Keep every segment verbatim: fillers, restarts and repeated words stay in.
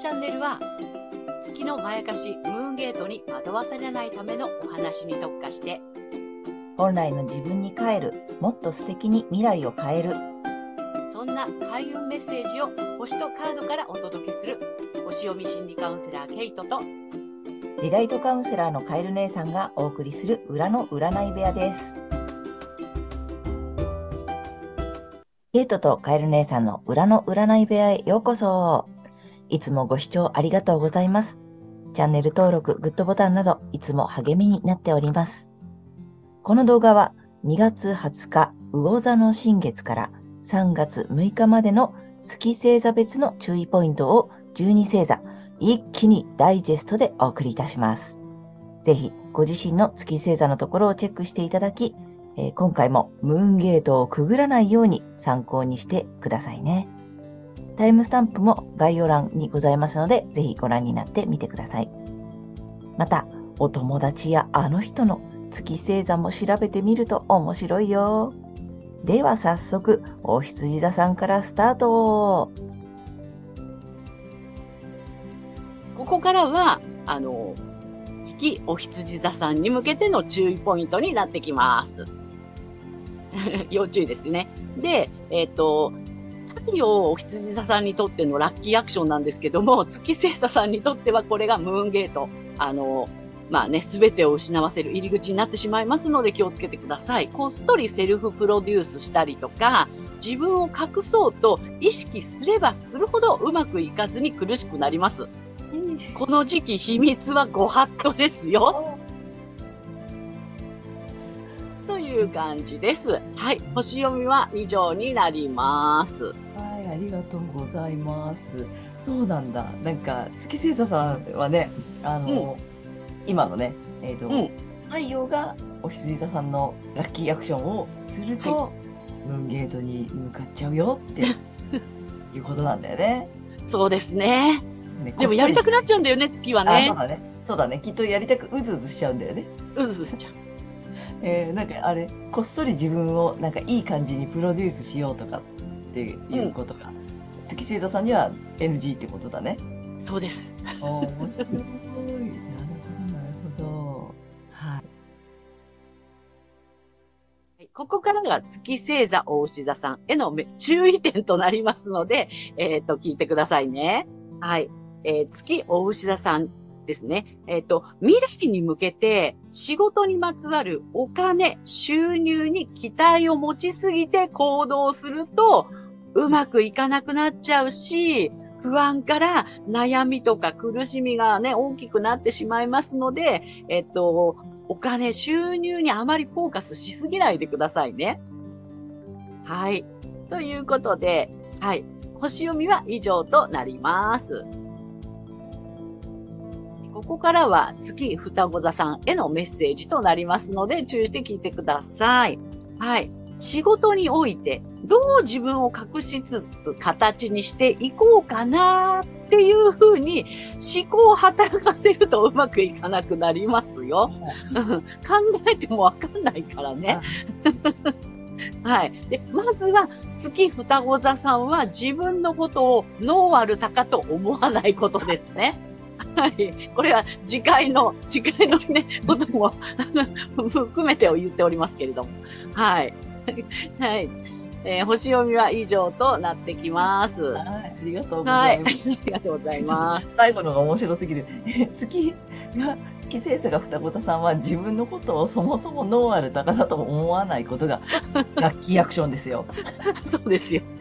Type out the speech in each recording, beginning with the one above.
チャンネルは月のまやかしムーンゲートに惑わされないためのお話に特化して、 本来の自分に帰る、もっと素敵に未来を変える、 そんな開運メッセージを星とカードからお届けする星読み心理カウンセラーケイトとリライトカウンセラーのカエル姉さんがお送りする裏の占い部屋です。ケイトとカエル姉さんの裏の占い部屋へようこそ。いつもご視聴ありがとうございます。チャンネル登録、グッドボタンなどいつも励みになっております。この動画はにがつはつか魚座の新月からさんがつむいかまでの月星座別の注意ポイントをじゅうに星座一気にダイジェストでお送りいたします。ぜひご自身の月星座のところをチェックしていただき、えー、今回もムーンゲートをくぐらないように参考にしてくださいね。タイムスタンプも概要欄にございますので、ぜひご覧になってみてください。また、お友達やあの人の月星座も調べてみると面白いよ。では早速、お羊座さんからスタート。 ここからは、あの、月お羊座さんに向けての注意ポイントになってきます。要注意ですね。で、えっと、太陽お羊座さんにとってのラッキーアクションなんですけども、月星座さんにとってはこれがムーンゲート。あの、まあね、すべてを失わせる入り口になってしまいますので気をつけてください。こっそりセルフプロデュースしたりとか、自分を隠そうと意識すればするほどうまくいかずに苦しくなります。この時期秘密はご法度ですよ。という感じです。はい。星読みは以上になります。 はい、ありがとうございます。そうなんだ。なんか、月星座さんはね、あの、うん、今のね、えっと、うん、太陽がお羊座さんのラッキーアクションをすると、はい、ムーンゲートに向かっちゃうよっていうことなんだよね。 そうですね。ねでもやりたくなっちゃうんだよね、月はね。 そうだね。そうだね。きっとやりたくうずうずしちゃうんだよね。 うずうずしちゃう。 えー、なんかあれ、こっそり自分をなんかいい感じにプロデュースしようとかっていうことが、うん、月星座さんには エヌジー ってことだね。 そうです。 面白い。なるほど、なるほど。はい。 ここからが月星座お牛座さんへの注意点となりますので、えっと、聞いてくださいね。はい。えー、月お牛座さんですね。えっと、未来に向けて仕事にまつわるお金、収入に期待を持ちすぎて行動するとうまくいかなくなっちゃうし、不安から悩みとか苦しみがね、大きくなってしまいますので、えっと、お金、収入にあまりフォーカスしすぎないでくださいね。はい。ということで、はい。星読みは以上となります。ここからは月双子座さんへのメッセージとなりますので、注意して聞いてください。はい。仕事において、どう自分を隠しつつ形にしていこうかなっていうふうに思考を働かせるとうまくいかなくなりますよ。考えてもわかんないからね。はい。で、まずは月双子座さんは自分のことをノーアルタカと思わないことですね。はい。これは次回の、次回のね、ことも含めてを言っておりますけれども。はい。はい。えー、星読みは以上となってきます。 はい。ありがとうございます。はい。 ありがとうございます。 最後のが面白すぎる。月が、月星座が双子座さんは自分のことをそもそもノーアルタカだと思わないことがラッキーアクションですよ。 そうですよ。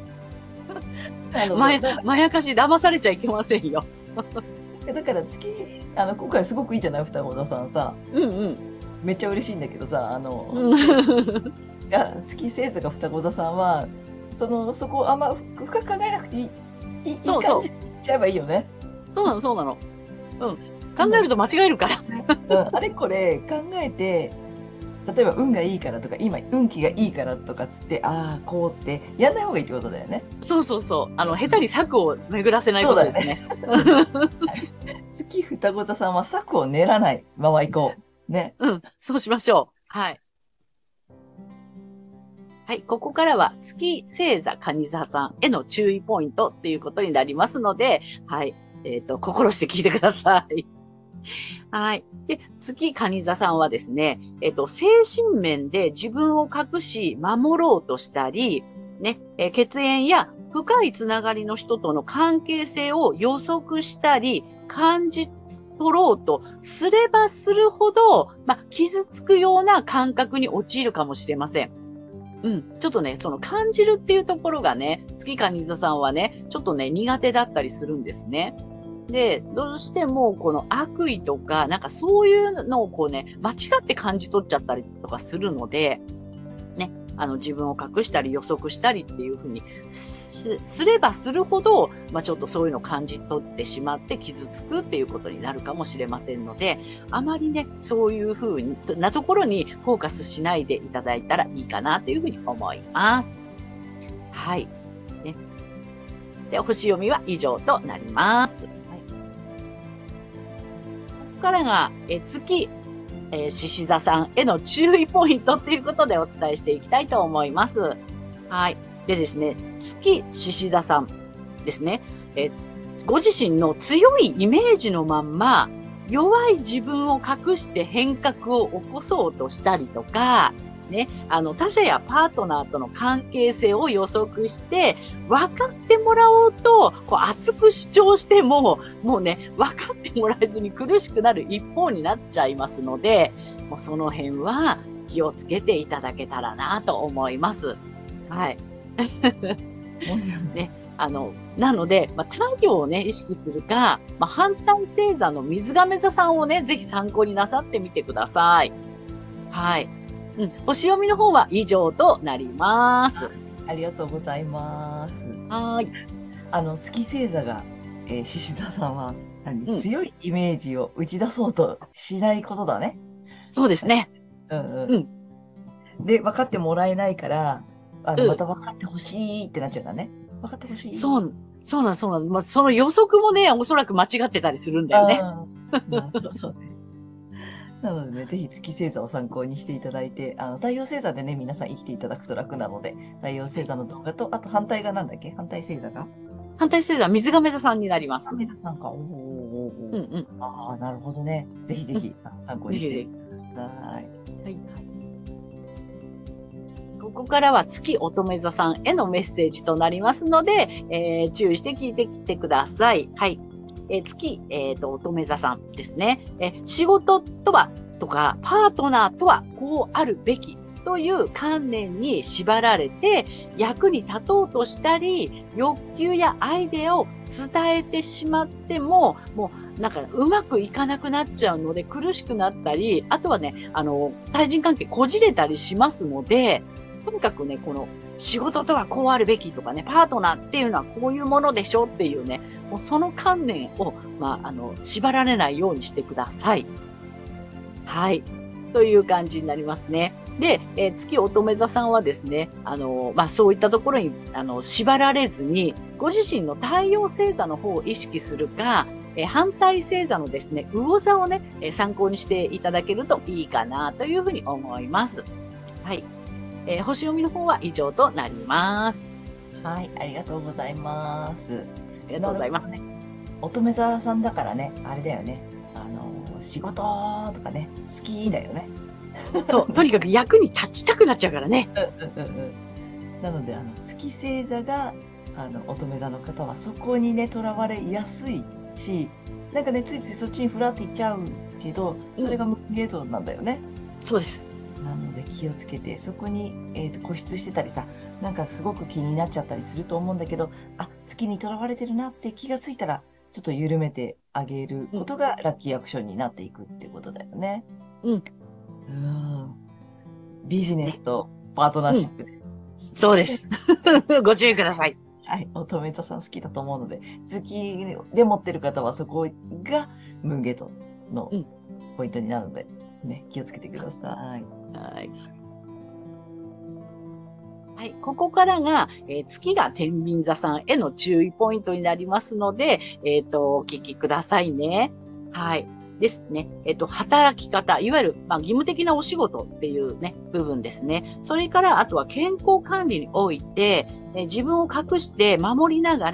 まや、まやかし騙されちゃいけませんよ。 だから月、あの、今回すごくいいじゃない双子座さんさ。 うんうん。 めっちゃ嬉しいんだけどさ、あの、うん、月星座が双子座さんは、その、そこをあんま深く考えなくていい、いいそうそう。 いい感じにしちゃえばいいよね。 そうなの、そうなの。うん。考えると間違えるから。 うん、あれこれ考えて、例えば運がいいからとか、今運気がいいからとかつって、ああ、こうってやんない方がいいってことだよね。 そうそうそう。あの、下手に策を巡らせないことですね。 月双子座さんは策を練らないまま行こう。ね。 うん、そうしましょう。はい。はい、ここからは月星座蟹座さんへの注意ポイントっていうことになりますので、はい。 えっと、心して聞いてください。はい。で、月、蟹座さんはですね、えっと、精神面で自分を隠し、守ろうとしたり、ね、えー血縁や深いつながりの人との関係性を予測したり、感じ取ろうとすればするほど、まあ、傷つくような感覚に陥るかもしれません。うん。ちょっとね、その感じるっていうところがね、月蟹座さんはね、ちょっとね、苦手だったりするんですね。で、どうしてもこの悪意とか、なんかそういうのをこうね、間違って感じ取っちゃったりとかするので、ね、あの自分を隠したり予測したりっていうふうにすすればするほど、まあちょっとそういうのを感じ取ってしまって傷つくっていうことになるかもしれませんので、あまりね、そういうふうなところにフォーカスしないでいただいたらいいかなというふうに思います。はい。ね。で、星読みは以上となります。ここからが、え月、えー、獅子座さんへの注意ポイントっていうことでお伝えしていきたいと思います。はい。でですね、月獅子座さんですね、えー、ご自身の強いイメージのまんま、弱い自分を隠して変革を起こそうとしたりとか、ね、あの、他者やパートナーとの関係性を予測して、分かってもらおうと、こう、熱く主張しても、もうね、分かってもらえずに苦しくなる一方になっちゃいますので、もうその辺は気をつけていただけたらなと思います。はい。ね、あの、なので、まあ、太陽をね、意識するか、まあ、反対星座の水亀座さんをね、ぜひ参考になさってみてください。はい。うん、星読みの方は以上となります。 ありがとうございます。 はい。 あの、月星座が、えー、獅子座さんは、何、うん、強いイメージを打ち出そうとしないことだね。 そうですね。 うんうん。うん、で、分かってもらえないから、あの、うん、また分かってほしいってなっちゃうんだね。分かってほしい。 そう、そうなん、そうなん。まあ、その予測もね、おそらく間違ってたりするんだよね。 なるほどね。なのでね、ぜひ月星座を参考にしていただいて、あの、太陽星座でね、皆さん生きていただくと楽なので、太陽星座の動画と、あと反対がなんだっけ反対星座が反対星座は水亀座さんになります。 水亀座さんか。おーおーおー。 うんうん。 ああ、なるほどね。ぜひぜひ、うん、参考にしてください。はい。 ここからは月乙女座さんへのメッセージとなりますので、えー、注意して聞いてきてください。はい。えー、月、えっと、乙女座さんですね。えー、仕事とは、とか、パートナーとはこうあるべきという観念に縛られて、役に立とうとしたり、欲求やアイデアを伝えてしまっても、もう、なんか、うまくいかなくなっちゃうので、苦しくなったり、あとはね、あの、対人関係こじれたりしますので、とにかくね、この、仕事とはこうあるべきとかね、パートナーっていうのはこういうものでしょっていうね、もうその観念を、まあ、あの、縛られないようにしてください。はい。という感じになりますね。で、えー、月乙女座さんはですね、あの、まあ、そういったところに、あの、縛られずに、ご自身の太陽星座の方を意識するか、えー、反対星座のですね、魚座をね、えー、参考にしていただけるといいかなというふうに思います。はい。えー、星読みの方は以上となります。 はい、ありがとうございます。 ありがとうございますね。 乙女座さんだからね、あれだよね。あの、仕事とかね、好きだよね。 そう、とにかく役に立ちたくなっちゃうからね。 うんうんうん。なので、あの、月星座が、あの、乙女座の方はそこにね、とらわれやすいし、なんかね、ついついそっちにふらっていっちゃうけど、それが無ゲートなんだよね。 うん、そうです。 なので気をつけて、そこに、えーと、固執してたりさ、なんかすごく気になっちゃったりすると思うんだけど、あ、月にとらわれてるなって気がついたら、ちょっと緩めてあげることがラッキーアクションになっていくってことだよね。 うん。 うん。ビジネスとパートナーシップで。うん、 そうです。ご注意ください。 はい。乙女座さん好きだと思うので、月で持ってる方はそこがムーンゲートのポイントになるので、ね、気をつけてください。 はい。はい。ここからが、えー、月が天秤座さんへの注意ポイントになりますので、えっと、お聞きくださいね。はい。ですね。えっと、働き方、いわゆる、まあ、義務的なお仕事っていうね、部分ですね。それから、あとは健康管理において、えー、自分を隠して守りながら、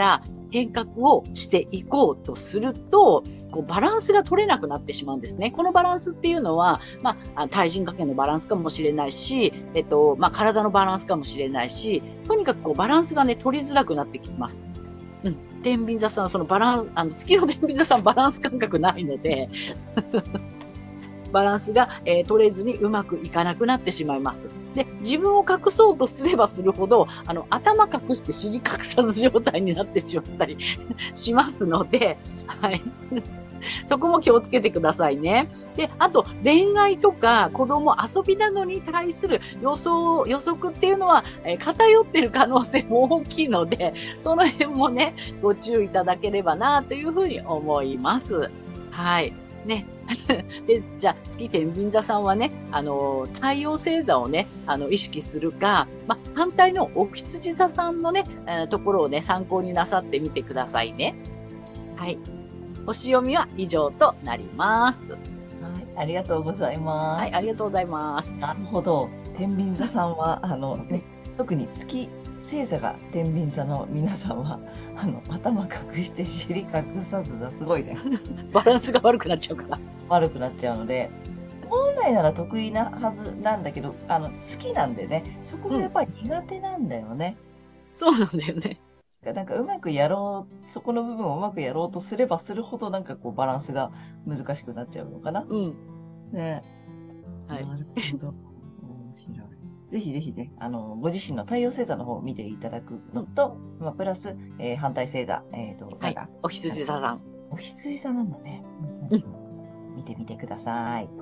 変革をしていこうとすると、こうバランスが取れなくなってしまうんですね。このバランスっていうのは、まあ、対人関係のバランスかもしれないし、えっと、まあ、体のバランスかもしれないし、とにかくこうバランスがね、取りづらくなってきます。うん。天秤座さんはそのバランス、あの、月の天秤座さんバランス感覚ないので、バランスが、えー、取れずにうまくいかなくなってしまいます。で、自分を隠そうとすればするほど、あの、頭隠して尻隠さず状態になってしまったりしますので、はい。そこも気をつけてくださいね。で、あと、恋愛とか子供遊びなどに対する予想、予測っていうのは、えー、偏ってる可能性も大きいので、その辺もね、ご注意いただければな、というふうに思います。はい。ね。で、じゃあ、月天秤座さんはね、あの、太陽星座をね、あの、意識するか、ま、反対のお羊座さんのね、えー、ところをね、参考になさってみてくださいね。はい。星読みは以上となります。はい、 ありがとうございます。 はい、ありがとうございます。 なるほど。天秤座さんは、あのね、特に月星座が天秤座の皆さんは、あの、頭隠して尻隠さずがすごいね。 バランスが悪くなっちゃうから。 悪くなっちゃうので、本来なら得意なはずなんだけど、あの、好きなんでね、そこがやっぱり苦手なんだよね。 うん、そうなんだよね。 なんかうまくやろう、そこの部分をうまくやろうとすればするほどなんかこうバランスが難しくなっちゃうのかな。 うん。 ね。 はい。 なるほど。面白い。ぜひぜひね、あの、ご自身の太陽星座の方を見ていただくのと、うん、まあ、プラス、えー、反対星座、えっ、ー、と、 はい、お羊座さん。 お羊座なんだね。 うん。 見てみてください。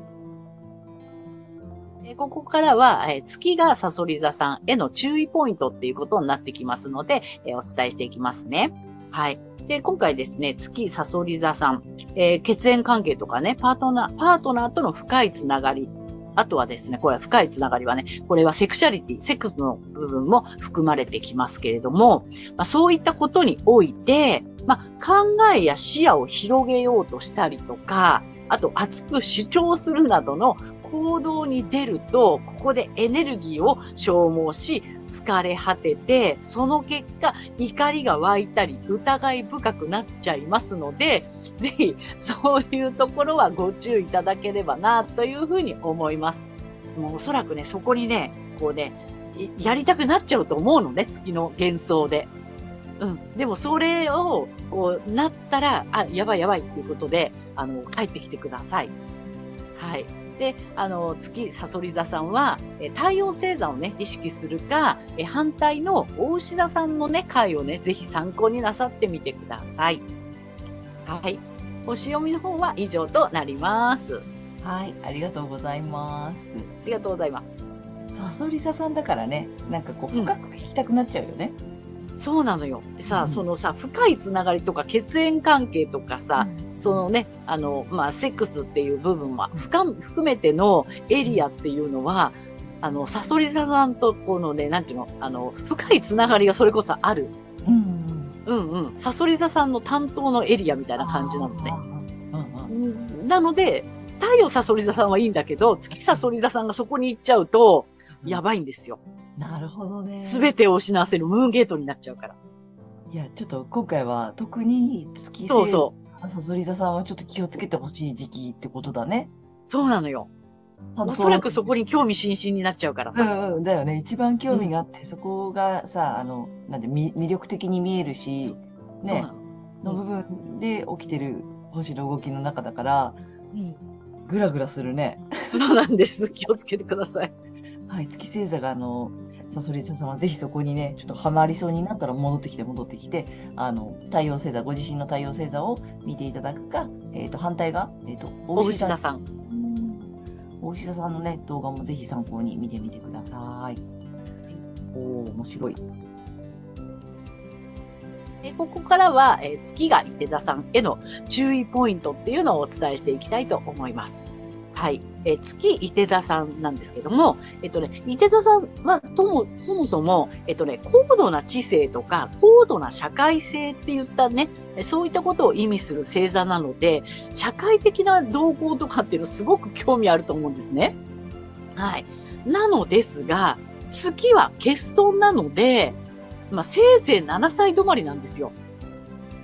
ここからは、えー、月がサソリ座さんへの注意ポイントっていうことになってきますので、えー、お伝えしていきますね。はい。で、今回ですね、月サソリ座さん、えー、血縁関係とかね、パートナー、パートナーとの深いつながり、あとはですね、これは深いつながりはね、これはセクシャリティ、セックスの部分も含まれてきますけれども、まあ、そういったことにおいて、まあ、考えや視野を広げようとしたりとか、あと熱く主張するなどの行動に出ると、ここでエネルギーを消耗し、疲れ果てて、その結果、怒りが湧いたり、疑い深くなっちゃいますので、ぜひ、そういうところはご注意いただければな、というふうに思います。もうおそらくね、そこにね、こうね、やりたくなっちゃうと思うのね、月の幻想で。うん。でもそれを、こう、なったら、あ、やばいやばいっていうことで、あの、帰ってきてください。はい。で、あの、月サソリ座さんは、え太陽星座をね、意識するか、え反対の大牛座さんのね、回をね、ぜひ参考になさってみてください。はい。星読みの方は以上となります。 はい。ありがとうございます。 ありがとうございます。 サソリ座さんだからね、なんかこう、深く行きたくなっちゃうよね。 うん、そうなのよ。でさ、うん、そのさ、深いつながりとか血縁関係とかさ、うん、そのね、あの、まあ、セックスっていう部分は、含めてのエリアっていうのは、あの、サソリ座さんとこのね、なんていうの、あの、深いつながりがそれこそある。うんうん。うんうん。サソリ座さんの担当のエリアみたいな感じなのね。うんうん、なので、太陽サソリ座さんはいいんだけど、月サソリ座さんがそこに行っちゃうと、やばいんですよ。 なるほどね。 すべてを失わせるムーンゲートになっちゃうから。 いや、ちょっと今回は特に月星座サソリ座さんはちょっと気をつけてほしい時期ってことだね。 そうなのよ。おそらくそこに興味津々になっちゃうからさ。 うんうん、だよね。一番興味があって、うん、そこがさ、あの、なんで魅力的に見えるし、ね、の部分で起きてる星の動きの中だから、うん、ぐらぐらするね。 そうなんです。気をつけてください。 はい、月星座があの、サソリ座さんはぜひそこにね、ちょっとハマりそうになったら戻ってきて戻ってきて、あの、太陽星座、ご自身の太陽星座を見ていただくか、えっと、反対が、えっと、 大牛座さん。 大牛座さんのね、動画もぜひ参考に見てみてください。おー、面白い。 ここからは、えー、月が伊手座さんへの注意ポイントっていうのをお伝えしていきたいと思います。はい。えー、月伊手座さんなんですけども、えっとね、伊手座さんは、とも、そもそも、えっとね、高度な知性とか、高度な社会性って言ったね、そういったことを意味する星座なので、社会的な動向とかっていうのすごく興味あると思うんですね。はい。なのですが、月は欠損なので、まあ、せいぜいななさい止まりなんですよ。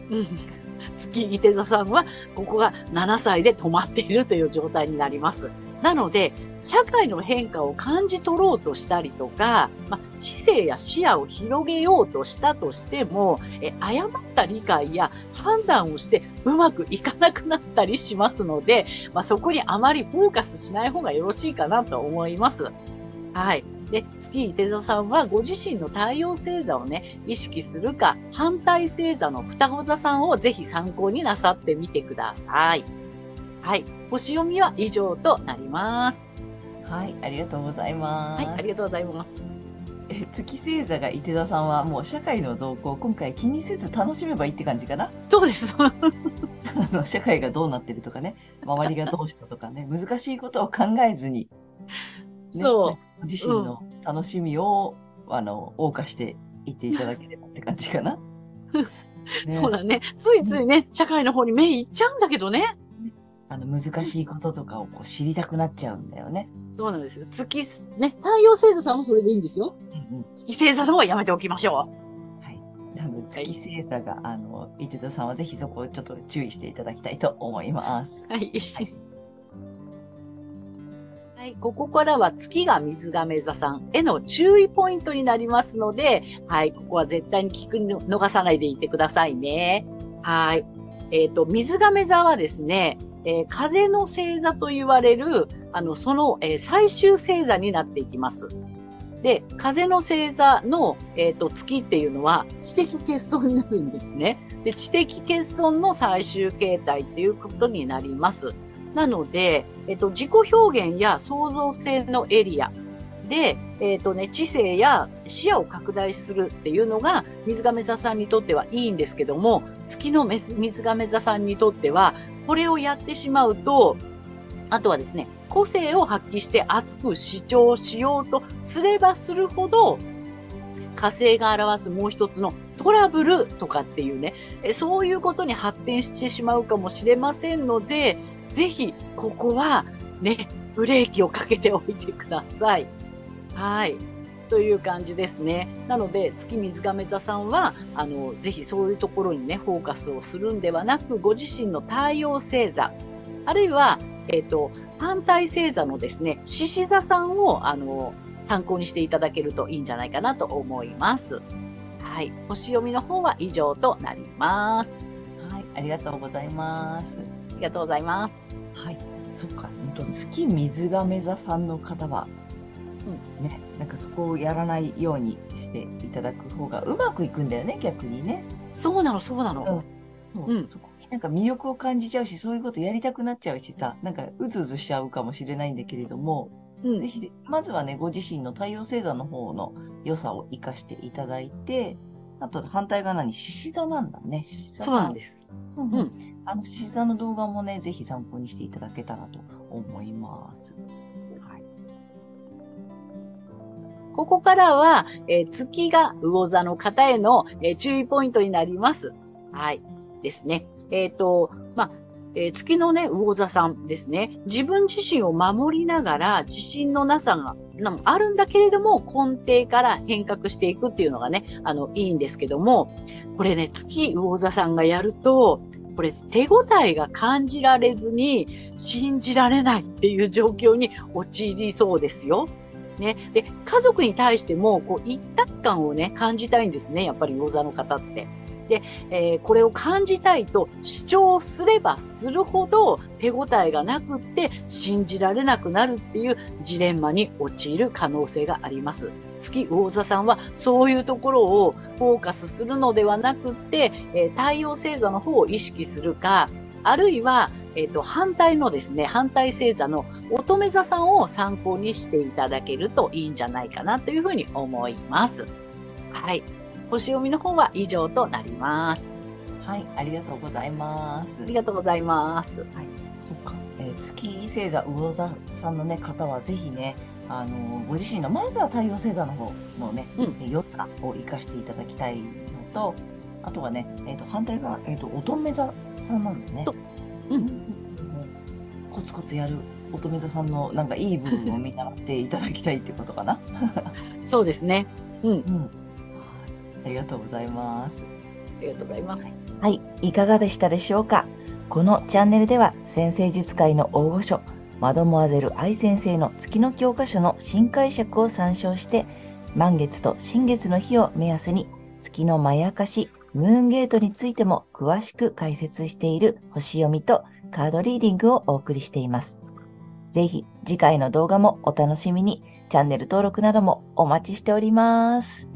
うん。月いて座さんは、ここがななさいで止まっているという状態になります。なので、社会の変化を感じ取ろうとしたりとか、まあ、知性や視野を広げようとしたとしても、え、誤った理解や判断をしてうまくいかなくなったりしますので、まあ、そこにあまりフォーカスしない方がよろしいかなと思います。はい。で、月いて座さんはご自身の太陽星座をね、意識するか、反対星座の双子座さんをぜひ参考になさってみてください。はい。星読みは以上となります。 はい、ありがとうございまはい、あす。 りがとうございます。 え、月星座が伊手座さんはもう社会の動向、今回気にせず楽しめばいいって感じかな。 そうです。 あの、社会がどうなってるとかね、周りがどうしたとかね、難しいことを考えずに、ね、 そご自う。うん。 身の楽しみを、あの、謳歌していっていただければって感じかな。ね。 そうだね。ついついね、社会の方に目いっちゃうんだけどね。 あの、難しいこととかをこう知りたくなっちゃうんだよね。 そうなんですよ。月、ね、太陽星座さんもそれでいいんですよ。 うんうん。 月星座の方はやめておきましょはい。なので、月星座が、あの、伊手座さんはぜひそこをちょっと注意していただきたいと思います。 う。はい。 はい。 はい、ここからは月が水亀座さんへの注意ポイントになりますので、はい、ここは絶対に聞く逃さないでいてくださいね。はい。えっ、と、水亀座はですね、えー風の星座と言われる、あの、その、えー最終星座になっていきます。で、風の星座の、えっ、と、月っていうのは知的欠損になるんですね。で、知的欠損の最終形態っていうことになります。なので、えっと、自己表現や創造性のエリアで、えっとね、知性や視野を拡大するっていうのが水亀座さんにとってはいいんですけども、月の水亀座さんにとっては、これをやってしまうと、あとはですね、個性を発揮して熱く主張しようとすればするほど、火星が表すもう一つのトラブルとかっていうね、そういうことに発展してしまうかもしれませんので、ぜひここはね、ブレーキをかけておいてください。はい。という感じですね。なので、月水亀座さんは、あの、ぜひそういうところにね、フォーカスをするんではなく、ご自身の太陽星座、あるいは、えっと、反対星座のですね、獅子座さんを、あの、参考にしていただけるといいんじゃないかなと思います。はい。星読みの方は以上となります。 はい、ありがとうございます。 ありがとうございます。 はい。そっか、ほんと月水亀座さんの方は、 うん。 ね、なんかそこをやらないようにしていただく方がうまくいくんだよね、逆にね。 そうなの、そうなの。 うん。そう、 うん。 そこになんか魅力を感じちゃうし、そういうことやりたくなっちゃうしさ、なんかうずうずしちゃうかもしれないんだけれども、 うん。 ぜひ、まずはね、ご自身の太陽星座の方の良さを活かしていただいて、あと反対側に獅子座なんだね。獅子座そうさん。 なんです。 うんうん。 うん。 あの、獅子座の動画もね、ぜひ参考にしていただけたらと思います。はい。 ここからは、えー月が魚座の方への、えー注意ポイントになります。はい。ですね。えっ、と、まあ、えー月のね、魚座さんですね。自分自身を守りながら自信のなさがなあるんだけれども、根底から変革していくっていうのがね、あの、いいんですけども、これね、月魚座さんがやると、これ手応えが感じられずに信じられないっていう状況に陥りそうですよ。ね。で、家族に対しても、こう、一体感をね、感じたいんですね。やっぱり魚座の方って。で、えーこれを感じたいと主張すればするほど手応えがなくって信じられなくなるっていうジレンマに陥る可能性があります。月魚座さんはそういうところをフォーカスするのではなくって、えー太陽星座の方を意識するか、あるいは、えっと、反対のですね、反対星座の乙女座さんを参考にしていただけるといいんじゃないかなというふうに思います。はい。星読みの方は以上となります。 はい、ありがとうございます。 ありがとうございます。 はい。そっか。えー月星座魚座さんのね、方はぜひね、あのーご自身の、まずは太陽星座の方のね、 うんえー良さを活かしていただきたいのと、あとはね、えっ、と、反対側、えっ、と、乙女座さんなんだね。 そううん。 もうコツコツやる乙女座さんのなんかいい部分を見習っていただきたいってことかな。 そうですね。うん。 うん。はい。ありがとうございます。 ありがとうございます。 はい、いかがでしたでしょうか。このチャンネルでは、占星術界の大御所、マドモアゼル愛先生の月の教科書の新解釈を参照して、満月と新月の日を目安に、月のまやかし、ムーンゲートについても詳しく解説している星読みとカードリーディングをお送りしています。ぜひ次回の動画もお楽しみに、チャンネル登録などもお待ちしております。